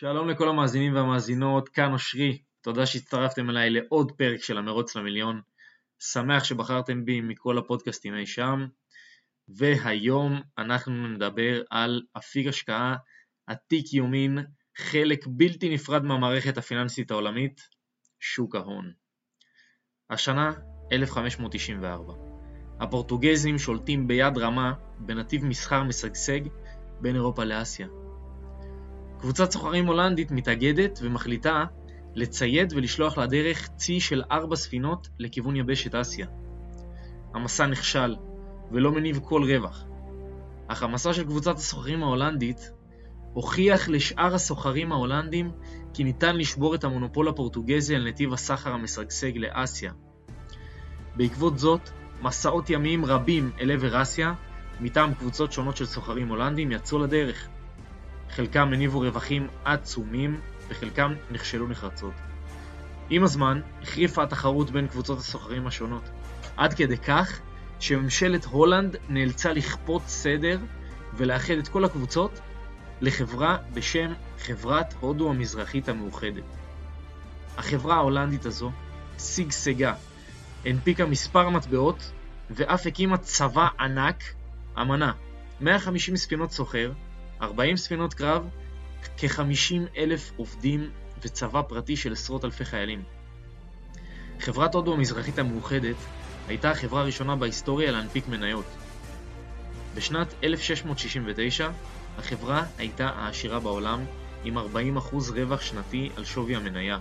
שלום לכל המאזינים והמאזינות, כאן אושרי, תודה שהצטרפתם אליי לעוד פרק של המרוץ למיליון, שמח שבחרתם בי מכל הפודקאסטים אי שם, והיום אנחנו נדבר על אפיק השקעה עתיק יומין, חלק בלתי נפרד מהמערכת הפיננסית העולמית, שוק ההון. השנה 1594, הפורטוגזים שולטים ביד רמה בנתיב מסחר משגשג בין אירופה לאסיה. קבוצת סוחרים הולנדית מתאגדת ומחליטה לצייד ולשלוח לדרך צי של 4 ספינות לכיוון יבשת אסיה. המסע נכשל ולא מניב כל רווח, אך המסע של קבוצת הסוחרים ההולנדית הוכיח לשאר הסוחרים ההולנדים כי ניתן לשבור את המונופול הפורטוגזי על נתיב הסחר המשגשג לאסיה. בעקבות זאת, מסעות ימיים רבים אל עבר אסיה מטעם קבוצות שונות של סוחרים הולנדים יצאו לדרך. חלקם הניבו רווחים עצומים וחלקם נכשלו נחרצות. עם הזמן החריפה התחרות בין קבוצות הסוחרים השונות, עד כדי כך שממשלת הולנד נאלצה לכפות סדר ולאחד את כל הקבוצות לחברה בשם חברת הודו המזרחית המאוחדת. החברה ההולנדית הזו שגשגה, הנפיקה מספר מטבעות ואף הקימה צבא ענק המנה 150 ספינות סוחר, 40 ספינות קרב, כ-50,000 עובדים וצבא פרטי של עשרות אלפי חיילים. חברת הודו המזרחית המאוחדת הייתה החברה הראשונה בהיסטוריה להנפיק מניות. בשנת 1669 החברה הייתה העשירה בעולם עם 40% רווח שנתי על שווי המניה.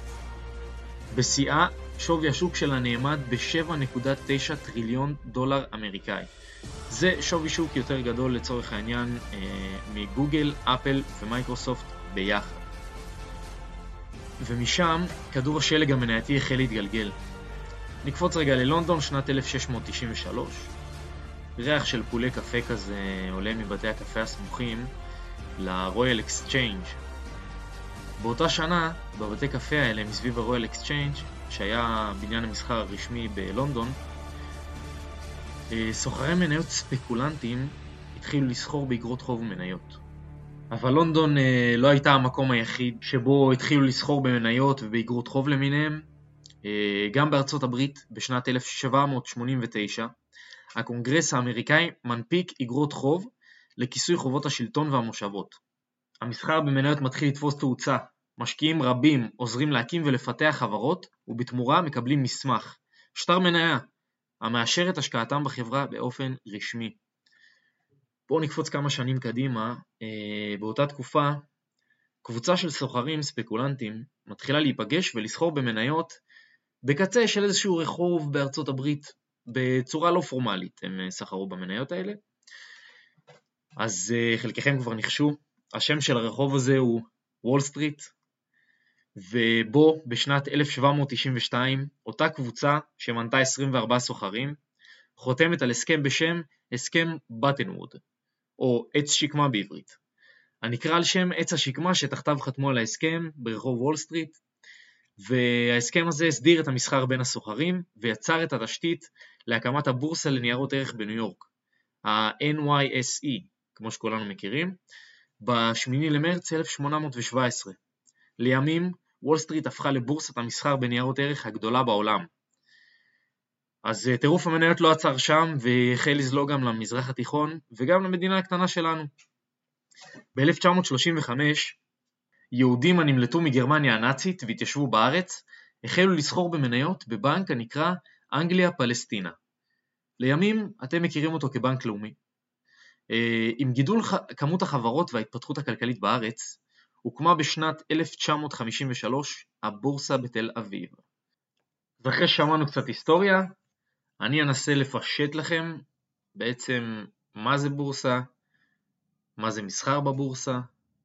בשיאה שווי השוק שלה נאמד ב-7.9 טריליון דולר אמריקאי. זה שווי שוק יותר גדול לצורך העניין מגוגל, אפל ומייקרוסופט ביחד. ומשם כדור השלג המנייתי החל להתגלגל. נקפוץ רגע ללונדון שנת 1693. ריח של פולי קפה כזה עולה מבתי הקפה הסמוכים לרויאל אקסצ'יינג'. באותה שנה בבתי קפה האלה מסביב הרויאל אקסצ'יינג' שהיה בניין המסחר הרשמי בלונדון, סוחרי מניות ספקולנטים התחילו לסחור באגרות חוב ומניות. אבל לונדון לא הייתה המקום היחיד שבו התחילו לסחור במניות ובאגרות חוב למיניהם. גם בארצות הברית בשנת 1789 הקונגרס האמריקאי מנפיק אגרות חוב לכיסוי חובות השלטון והמושבות. המסחר במניות מתחיל לתפוס תאוצה. משקיעים רבים עוזרים להקים ולפתח חברות ובתמורה מקבלים מסמך, שטר מניה, המאשר את השקעתם בחברה באופן רשמי. בואו נקפוץ כמה שנים קדימה. באותה תקופה קבוצה של סוחרים ספקולנטים מתחילה להיפגש ולסחור במניות בקצה של איזשהו רחוב בארצות הברית בצורה לא פורמלית. הם סחרו במניות האלה, אז חלקכם כבר נחשו. השם של הרחוב הזה הוא וול סטריט, ובו בשנת 1792 אותה קבוצה שמנתה 24 סוחרים חותמת על הסכם בשם הסכם בטנווד, או עץ שקמה בעברית. הנקרא על שם עץ השקמה שתחתיו חתמו על ההסכם ברחוב וול סטריט, וההסכם הזה הסדיר את המסחר בין הסוחרים ויצר את התשתית להקמת הבורסה לניירות ערך בניו יורק, ה-NYSE, כמו שכולנו מכירים, ב-8 למרץ 1817. לימים וול סטריט הפכה לבורסת המסחר בניירות ערך הגדולה בעולם. אז טירוף המניות לא עצר שם והחל לזלוג גם למזרח התיכון וגם למדינה הקטנה שלנו. ב-1935 יהודים הנמלטו מגרמניה הנאצית והתיישבו בארץ החלו לסחור במניות בבנק הנקרא אנגליה פלסטינה. לימים אתם מכירים אותו כבנק לאומי. עם גידול כמות החברות וההתפתחות הכלכלית בארץ הוקמה בשנת 1953 הבורסה בתל אביב. ואחרי שמענו קצת היסטוריה, אני אנסה לפשט לכם בעצם מה זה בורסה, מה זה מסחר בבורסה.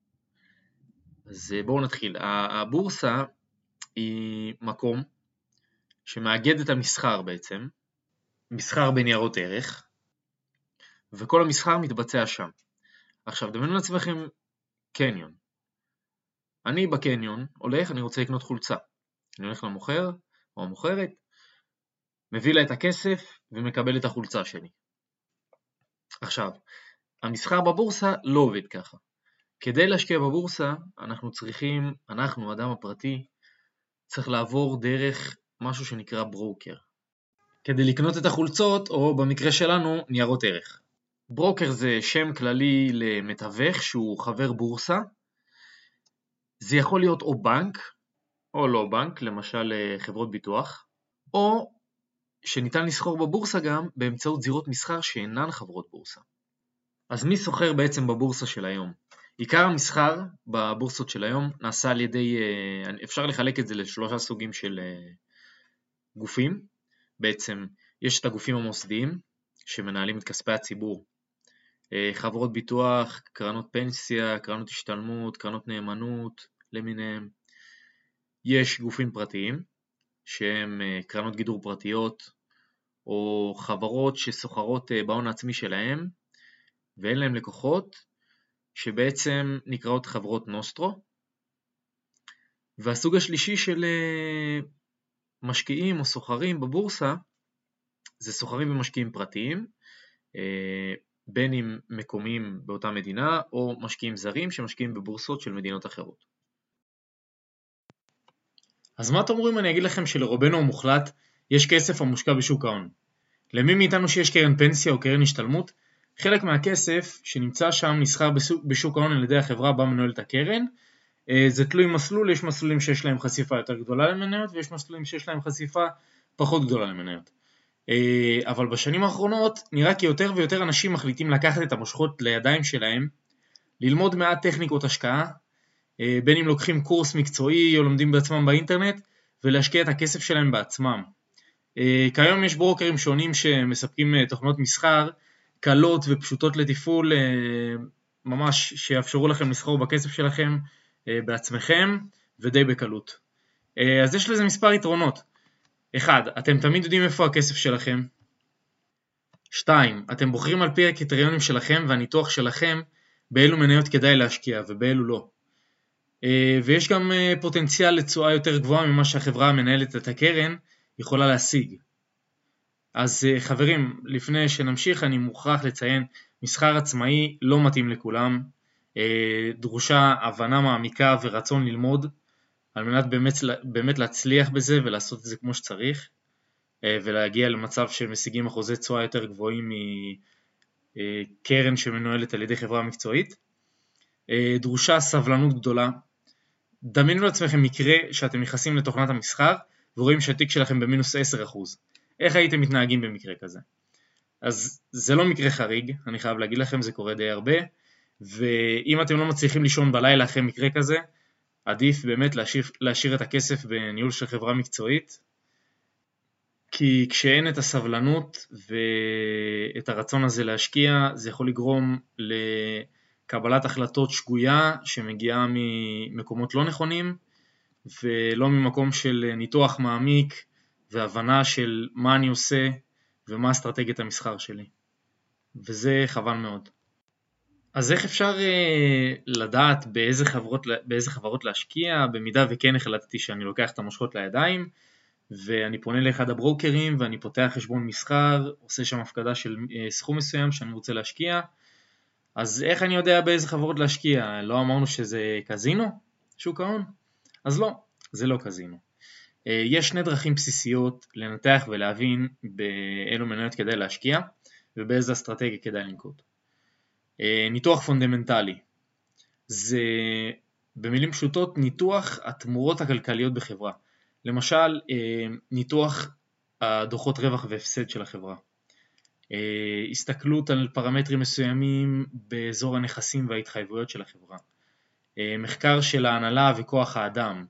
אז בואו נתחיל. הבורסה היא מקום שמאגד את המסחר בעצם, מסחר בניירות ערך, וכל המסחר מתבצע שם. עכשיו דמיינו לעצמכם קניון. אני בקניון הולך, אני רוצה לקנות חולצה. אני הולך למוכר או המוכרת, מביא לה את הכסף ומקבל את החולצה שלי. עכשיו, המסחר בבורסה לא עובד ככה. כדי להשקיע בבורסה, אנחנו, האדם הפרטי, צריך לעבור דרך משהו שנקרא ברוקר. כדי לקנות את החולצות, או במקרה שלנו, ניירות ערך. ברוקר זה שם כללי למתווך שהוא חבר בורסה. זה יכול להיות או בנק, או לא בנק, למשל חברות ביטוח, או שניתן לסחור בבורסה גם באמצעות זירות מסחר שאינן חברות בורסה. אז מי סוחר בעצם בבורסה של היום? עיקר המסחר בבורסות של היום נעשה על ידי, אפשר לחלק את זה לשלושה סוגים של גופים. בעצם יש את הגופים המוסדיים שמנהלים את כספי הציבור, חברות ביטוח, קרנות פנסיה, קרנות השתלמות, קרנות נאמנות למיניהם. יש גופים פרטיים שהם קרנות גידור פרטיות או חברות שסוחרות בהון העצמי שלהם ואין להם לקוחות, שבעצם נקראות חברות נוסטרו. והסוג השלישי של משקיעים או סוחרים בבורסה זה סוחרים ומשקיעים פרטיים, בין אם מקומיים באותה מדינה או משקיעים זרים שמשקיעים בבורסות של מדינות אחרות. אז מה אתם אומרים? אני אגיד לכם שלרובנו המוחלט יש כסף המושקע בשוק ההון. למי מאיתנו שיש קרן פנסיה או קרן השתלמות, חלק מהכסף שנמצא שם נסחר בשוק ההון על ידי החברה בה מנוהלת הקרן. זה תלוי מסלול, יש מסלולים שיש להם חשיפה יותר גדולה למניות ויש מסלולים שיש להם חשיפה פחות גדולה למניות. אבל בשנים האחרונות נראה כי יותר ויותר אנשים מחליטים לקחת את המושכות לידיים שלהם, ללמוד מעט טכניקות השקעה, בין אם לוקחים קורס מקצועי או לומדים בעצמם באינטרנט ולהשקיע את הכסף שלהם בעצמם. כיום יש ברוקרים שונים שמספקים תוכנות מסחר קלות ופשוטות לתפעול, ממש שיאפשרו לכם לסחור בכסף שלכם בעצמכם ודי בקלות. אז יש לזה מספר יתרונות. 1. אתם תמיד יודעים איפה הכסף שלכם. 2. אתם בוחרים על פי הקריטריונים שלכם והניתוח שלכם באילו מניות כדאי להשקיע ובאילו לא. ויש גם פוטנציאל לתשואה יותר גבוהה ממה שהחברה המנהלת את הקרן יכולה להשיג. אז חברים, לפני שנמשיך אני מוכרח לציין, מסחר עצמאי לא מתאים לכולם, דרושה הבנה מעמיקה ורצון ללמוד, על מנת באמת להצליח בזה ולעשות את זה כמו שצריך, ולהגיע למצב שמשיגים אחוזי תשואה יותר גבוהים מקרן שמנוהלת על ידי חברה מקצועית. דרושה סבלנות גדולה. דמיינו לעצמכם מקרה שאתם נכנסים לתוכנת המסחר ורואים שהתיק שלכם במינוס 10%. איך הייתם מתנהגים במקרה כזה? אז זה לא מקרה חריג, אני חייב להגיד לכם, זה קורה די הרבה, ואם אתם לא מצליחים לישון בלילה אחרי מקרה כזה, עדיף באמת להשאיר את הכסף בניהול של חברה מקצועית, כי כשאין את הסבלנות ואת הרצון הזה להשקיע, זה יכול לגרום לקבלת החלטות שגויה שמגיעה ממקומות לא נכונים, ולא ממקום של ניתוח מעמיק והבנה של מה אני עושה ומה אסטרטגיית המסחר שלי. וזה חבל מאוד. אז איך אפשר לדעת באיזה חברות להשקיע, במידה וכן החלטתי שאני לוקח את המושכות לידיים, ואני פונה לאחד הברוקרים ואני פותח חשבון מסחר, עושה שם הפקדה של סכום מסוים שאני רוצה להשקיע, אז איך אני יודע באיזה חברות להשקיע? לא אמרנו שזה קזינו? שוק ההון? אז לא, זה לא קזינו. יש שני דרכים בסיסיות לנתח ולהבין באילו מניות כדאי להשקיע ובאיזה אסטרטגיה כדאי לנקוט. ניתוח פונדמנטלי, זה במילים פשוטות ניתוח התמורות הכלכליות בחברה. למשל, ניתוח הדוחות רווח והפסד של החברה. הסתכלות על פרמטרים מסוימים באזור הנכסים וההתחייבויות של החברה. מחקר של ההנהלה וכוח האדם.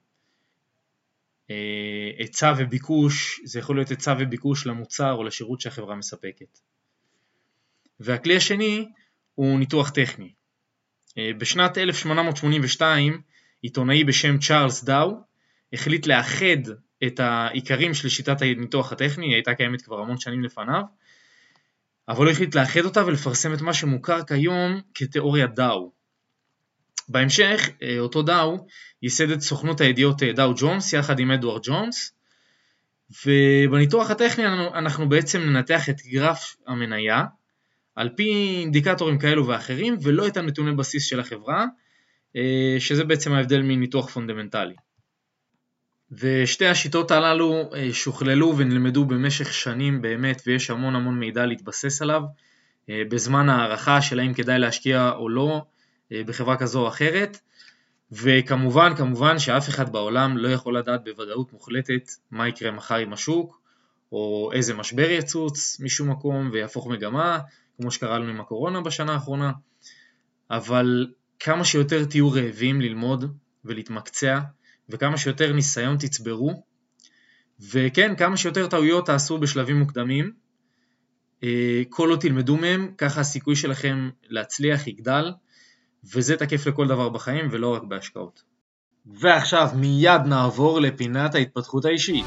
היצע וביקוש, זה יכול להיות היצע וביקוש למוצר או לשירות שהחברה מספקת. והכלי השני הוא ניתוח טכני. בשנת 1882 עיתונאי בשם צ'ארלס דאו החליט לאחד את העיקרים של שיטת הניתוח הטכני, היא הייתה קיימת כבר המון שנים לפניו, אבל הוא החליט לאחד אותה ולפרסם את מה שמוכר כיום כתיאוריית דאו. בהמשך אותו דאו ייסד את סוכנות הידיעות דאו ג'ונס יחד עם אדוארד ג'ונס, ובניתוח הטכני אנחנו בעצם ננתח את גרף המניה על פי אינדיקטורים כאלו ואחרים ולא את הנתוני בסיס של החברה, שזה בעצם ההבדל מניתוח פונדמנטלי. ושתי השיטות הללו שוכללו ונלמדו במשך שנים באמת, ויש המון מידע להתבסס עליו, בזמן הערכה של האם כדאי להשקיע או לא בחברה כזו או אחרת, וכמובן שאף אחד בעולם לא יכול לדעת בוודאות מוחלטת מה יקרה מחר עם השוק, או איזה משבר יצוץ משום מקום ויהפוך מגמה, כמו שקרה לנו עם הקורונה בשנה האחרונה, אבל כמה שיותר תהיו רעבים ללמוד ולהתמקצע, וכמה שיותר ניסיון תצברו, וכן, כמה שיותר טעויות תעשו בשלבים מוקדמים, כל עוד תלמדו מהם, ככה הסיכוי שלכם להצליח יגדל, וזה תקף לכל דבר בחיים ולא רק בהשקעות. ועכשיו מיד נעבור לפינת ההתפתחות האישית.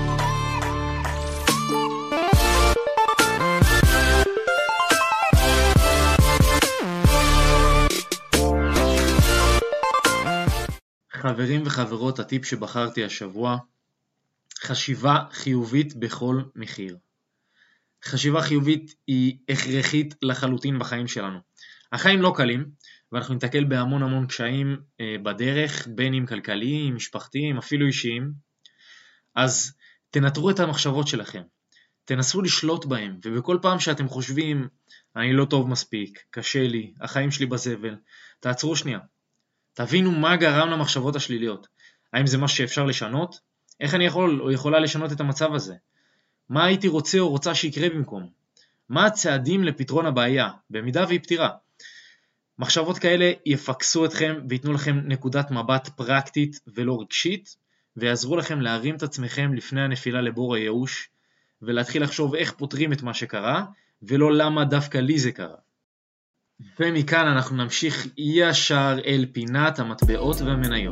חברים וחברות, הטיפ שבחרתי השבוע, חשיבה חיובית בכל מחיר. חשיבה חיובית היא הכרחית לחלוטין בחיים שלנו. החיים לא קלים, ואנחנו נתקל בהמון קשיים בדרך, בין אם כלכליים, משפחתיים, אפילו אישיים. אז תנטרו את המחשבות שלכם, תנסו לשלוט בהם, ובכל פעם שאתם חושבים, אני לא טוב מספיק, קשה לי, החיים שלי בזבל, תעצרו שנייה. תבינו מה גרם למחשבות השליליות. האם זה משהו שאפשר לשנות? איך אני יכול או יכולה לשנות את המצב הזה? מה הייתי רוצה או רוצה שיקרה במקום? מה הצעדים לפתרון הבעיה, במידה והיא פתירה? מחשבות כאלה יפקסו אתכם ויתנו לכם נקודת מבט פרקטית ולא רגשית, ויעזרו לכם להרים את עצמכם לפני הנפילה לבור הייאוש, ולהתחיל לחשוב איך פותרים את מה שקרה, ולא למה דווקא לי זה קרה. ומכאן אנחנו נמשיך ישר אל פינת המטבעות והמניות.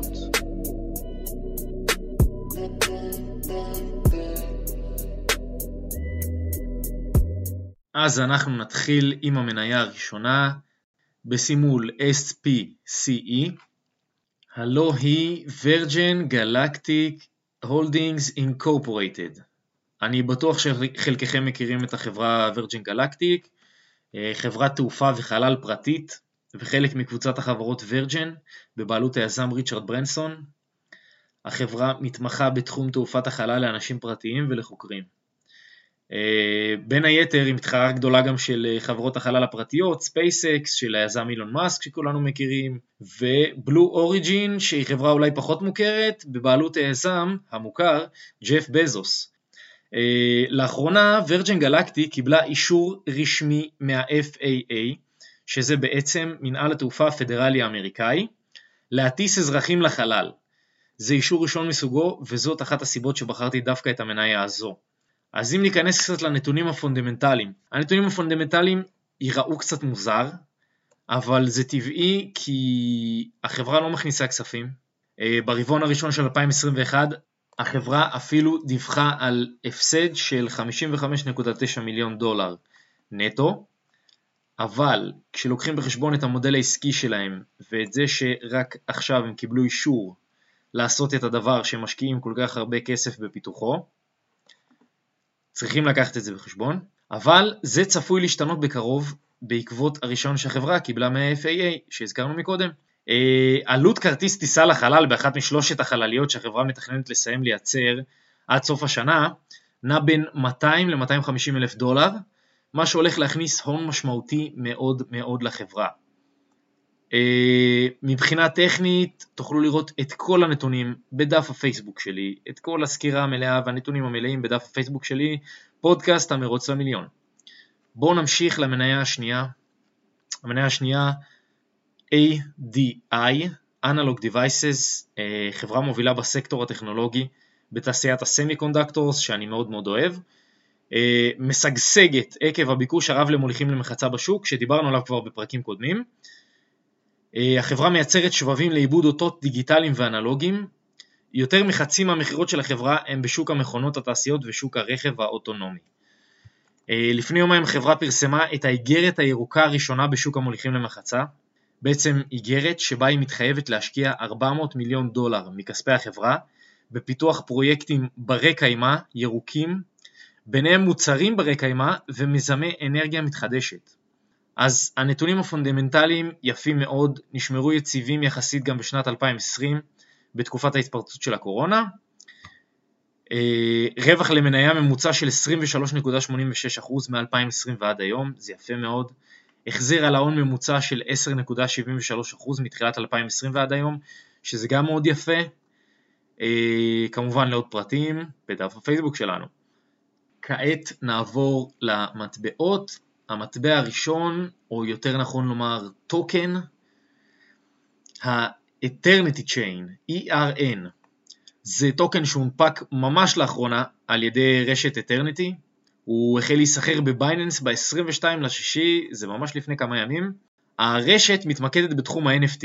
אז אנחנו נתחיל עם המניה הראשונה, בסימול SPCE, הלא היא Virgin Galactic Holdings Incorporated. אני בטוח שחלקכם מכירים את החברה Virgin Galactic, חברת תעופה וחלל פרטית, וחלק מקבוצת החברות וירג'ן, בבעלות היזם ריצ'רד ברנסון. החברה מתמחה בתחום תעופת החלל לאנשים פרטיים ולחוקרים. בין היתר היא מתחרה גדולה גם של חברות החלל הפרטיות, SpaceX של היזם אילון מאסק שכולנו מכירים, ובלו אוריג'ין שהיא חברה אולי פחות מוכרת, בבעלות היזם המוכר ג'ף בזוס. לאחרונה וירג'ן גלקטיק קיבלה אישור רשמי מה-FAA, שזה בעצם מנהל התעופה הפדרלי האמריקאי, להטיס אזרחים לחלל. זה אישור ראשון מסוגו, וזאת אחת הסיבות שבחרתי דווקא את המניה הזו. אז אם ניכנס קצת לנתונים הפונדמנטליים, הנתונים הפונדמנטליים ייראו קצת מוזר, אבל זה טבעי כי החברה לא מכניסה כספים. ברבעון הראשון של 2021, החברה אפילו דיווחה על הפסד של $55.9 מיליון נטו, אבל כשלוקחים בחשבון את המודל העסקי שלהם, ואת זה שרק עכשיו הם קיבלו אישור לעשות את הדבר שמשקיעים כל כך הרבה כסף בפיתוחו, צריכים לקחת את זה בחשבון, אבל זה צפוי להשתנות בקרוב בעקבות הראשון שהחברה קיבלה מה-FAA שהזכרנו מקודם. עלות כרטיס טיסה לחלל באחת משלושת החלליות שהחברה מתכננת לסיים לייצר עד סוף השנה, נע בין 200 ל-250 אלף דולר, מה שהולך להכניס הון משמעותי מאוד מאוד לחברה. מבחינה טכנית תוכלו לראות את כל הנתונים בדף הפייסבוק שלי, את כל הסקירה המלאה והנתונים המלאים בדף הפייסבוק שלי, פודקאסט המרוץ למיליון. בואו נמשיך למניה השנייה. המניה השנייה ADI, Analog Devices, חברה מובילה בסקטור הטכנולוגי בתעשיית הסמיקונדקטורס שאני מאוד מאוד אוהב, משגשגת עקב הביקוש הרב למוליכים למחצה בשוק שדיברנו עליו כבר בפרקים קודמים. החברה מייצרת שבבים לעיבוד אותות דיגיטליים ואנלוגיים. יותר מחצי מהמחירות של החברה הם בשוק המכונות התעשיות ושוק הרכב האוטונומי. לפני יומיים החברה פרסמה את האיגרת הירוקה הראשונה בשוק המוליכים למחצה, בעצם איגרת שבה היא מתחייבת להשקיע $400 מיליון מכספי החברה בפיתוח פרויקטים ברי קיימא ירוקים, ביניהם מוצרים ברי קיימא ומיזמי אנרגיה מתחדשת. אז הנתונים הפונדמנטליים יפים מאוד, נשמרו יציבים יחסית גם בשנת 2020, בתקופת ההתפרצות של הקורונה. רווח למניה ממוצע של 23.86% מ-2020 ועד היום, זה יפה מאוד. החזיר על ההון ממוצע של 10.73% מתחילת 2020 ועד היום, שזה גם מאוד יפה. כמובן לעוד פרטים בדף הפייסבוק שלנו. כעת נעבור למטבעות. המטבע הראשון, או יותר נכון לומר טוקן, ה-Eternity Chain, ERN. זה טוקן שהונפק ממש לאחרונה על ידי רשת Eternity. הוא החל להיסחר בבייננס ב-22/6, זה ממש לפני כמה ימים. הרשת מתמקדת בתחום ה-NFT,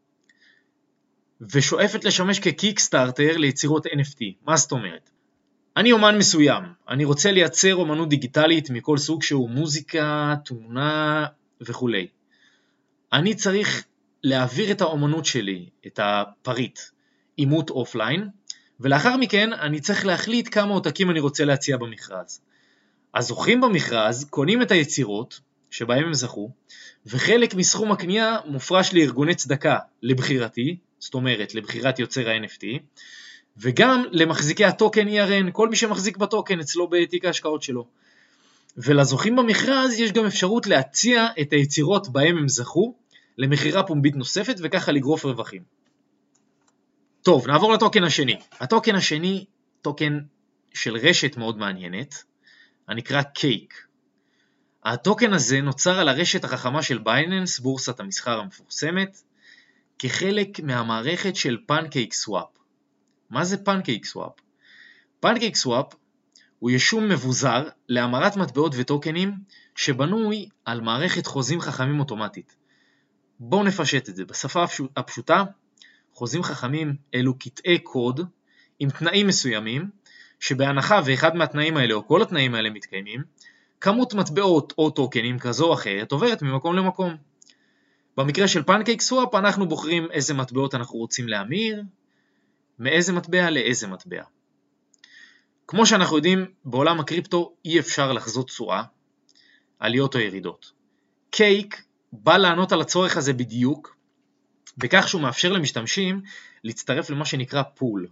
ושואפת לשמש כקיקסטארטר ליצירות NFT. מה זאת אומרת? אני אומן מסוים, אני רוצה לייצר אומנות דיגיטלית מכל סוג שהוא, מוזיקה, תמונה וכו'. אני צריך להעביר את האומנות שלי, את הפריט, אימות אופליין, ולאחר מכן אני צריך להחליט כמה עותקים אני רוצה להציע במכרז. הזוכים במכרז קונים את היצירות שבהם הם זכו, וחלק מסכום הקנייה מופרש לארגוני צדקה לבחירתי, זאת אומרת לבחירת יוצר ה-NFT, וגם למחזיקי הטוקן ERN, כל מי שמחזיק בטוקן אצלו בתיק ההשקעות שלו. ולזוכים במכרז יש גם אפשרות להציע את היצירות בהם הם זכו, למחירה פומבית נוספת וככה לגרוף רווחים. טוב, נעבור לטוקן השני. הטוקן השני, טוקן של רשת מאוד מעניינת, הנקרא קייק. הטוקן הזה נוצר על הרשת החכמה של בייננס, בורסת המסחר המפורסמת, כחלק מהמערכת של PancakeSwap. מה זה PancakeSwap? PancakeSwap הוא יישום מבוזר להמרת מטבעות וטוקנים שבנוי על מערכת חוזים חכמים אוטומטית. בואו נפשט את זה. בשפה הפשוטה, חוזים חכמים אלו קטעי קוד עם תנאים מסוימים, שבהנחה ואחד מהתנאים האלה או כל התנאים האלה מתקיימים, כמות מטבעות או טוקנים כזו או אחרת עוברת ממקום למקום. במקרה של PancakeSwap אנחנו בוחרים איזה מטבעות אנחנו רוצים להמיר, מאיזה מטבע לאיזה מטבע. כמו שאנחנו יודעים, בעולם הקריפטו אי אפשר לחזות תשואה, עליות או ירידות. קייק בא לענות על הצורך הזה בדיוק, בכך שהוא מאפשר למשתמשים להצטרף למה שנקרא פול.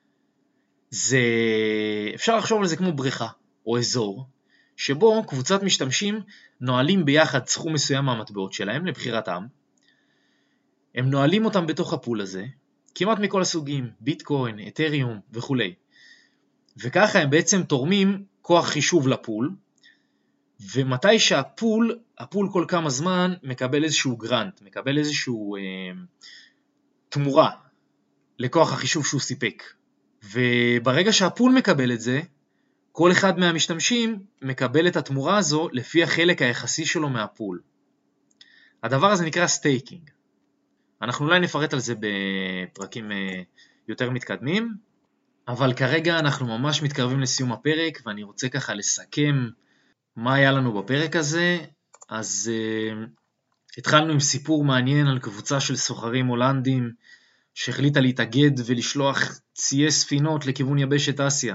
אפשר לחשוב על זה כמו בריכה או אזור, שבו קבוצת משתמשים נועלים ביחד סכום מסוים מהמטבעות שלהם לבחירתם. הם נועלים אותם בתוך הפול הזה, כמעט מכל הסוגים, ביטקוין, אתריום וכו'. וככה הם בעצם תורמים כוח חישוב לפול, ומתי שהפול כל כמה זמן מקבל איזשהו גרנט, מקבל איזשהו תמורה לכוח החישוב שהוא סיפק. וברגע שהפול מקבל את זה, כל אחד מהמשתמשים מקבל את התמורה הזו לפי החלק היחסי שלו מהפול. הדבר הזה נקרא סטייקינג. אנחנו אולי נפרט על זה בפרקים יותר מתקדמים, אבל כרגע אנחנו ממש מתקרבים לסיום הפרק, ואני רוצה ככה לסכם מה היה לנו בפרק הזה. אז התחלנו עם סיפור מעניין על קבוצה של סוחרים הולנדים, שהחליטה להתאגד ולשלוח ציי ספינות לכיוון יבשת אסיה.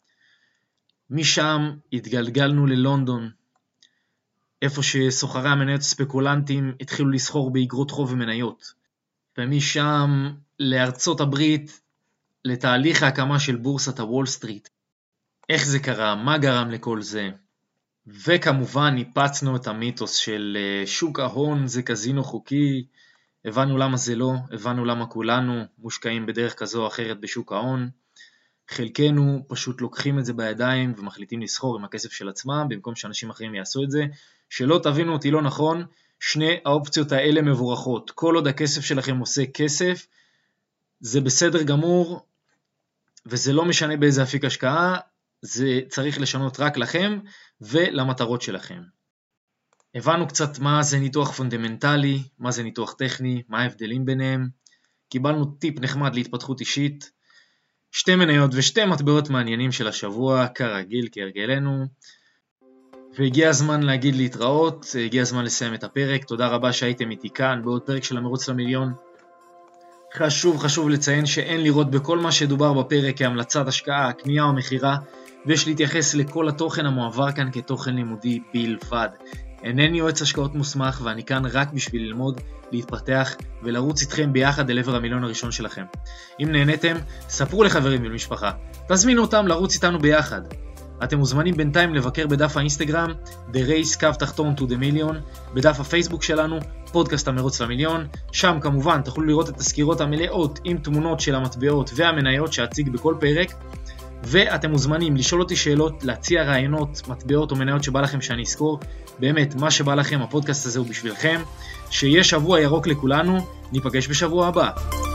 משם התגלגלנו ללונדון, איפה שסוחרי המניות ספקולנטים התחילו לסחור באגרות חוב ומניות. ומשם לארצות הברית, לתהליך ההקמה של בורסת הוול סטריט. איך זה קרה? מה גרם לכל זה? וכמובן ניפצנו את המיתוס של שוק ההון זה קזינו חוקי. הבנו למה זה לא, הבנו למה כולנו מושקעים בדרך כזו או אחרת בשוק ההון. חלקנו פשוט לוקחים את זה בידיים ומחליטים לסחור עם הכסף של עצמם, במקום שאנשים אחרים יעשו את זה. שלא תבינו אותי לא נכון, שני האופציות האלה מבורכות. כל עוד הכסף שלכם עושה כסף, זה בסדר גמור, וזה לא משנה באיזה אפיק השקעה, זה צריך לשנות רק לכם ולמטרות שלכם. הבנו קצת מה זה ניתוח פונדמנטלי, מה זה ניתוח טכני, מה ההבדלים ביניהם. קיבלנו טיפ נחמד להתפתחות אישית, שתי מניות ושתי מטבעות מעניינים של השבוע, כרגיל, כהרגלנו. והגיע הזמן להגיד להתראות, הגיע הזמן לסיים את הפרק. תודה רבה שהייתם איתי כאן בעוד פרק של המרוץ למיליון. חשוב לציין שאין לראות בכל מה שדובר בפרק כהמלצת השקעה, קנייה או מחירה, ויש להתייחס לכל התוכן המועבר כאן כתוכן לימודי בלבד. אינני יועץ השקעות מוסמך ואני כאן רק בשביל ללמוד, להתפתח ולרוץ איתכם ביחד אל עבר המיליון הראשון שלכם. אם נהניתם, ספרו לחברים ולמשפחה, תזמינו אותם לרוץ איתנו ביחד. אתם מוזמנים בינתיים לבקר בדף האינסטגרם The Race to the Million, בדף הפייסבוק שלנו פודקאסט המרוץ למיליון. שם כמובן תוכלו לראות את הסקירות המלאות עם תמונות של המטבעות והמניות שאציג בכל פרק, ואתם מוזמנים לשאול אותי שאלות, להציע רעיונות, מטבעות או מניות שבא לכם שאני אזכור. באמת, מה שבא לכם, הפודקאסט הזה הוא בשבילכם. שיהיה שבוע ירוק לכולנו, ניפגש בשבוע הבא.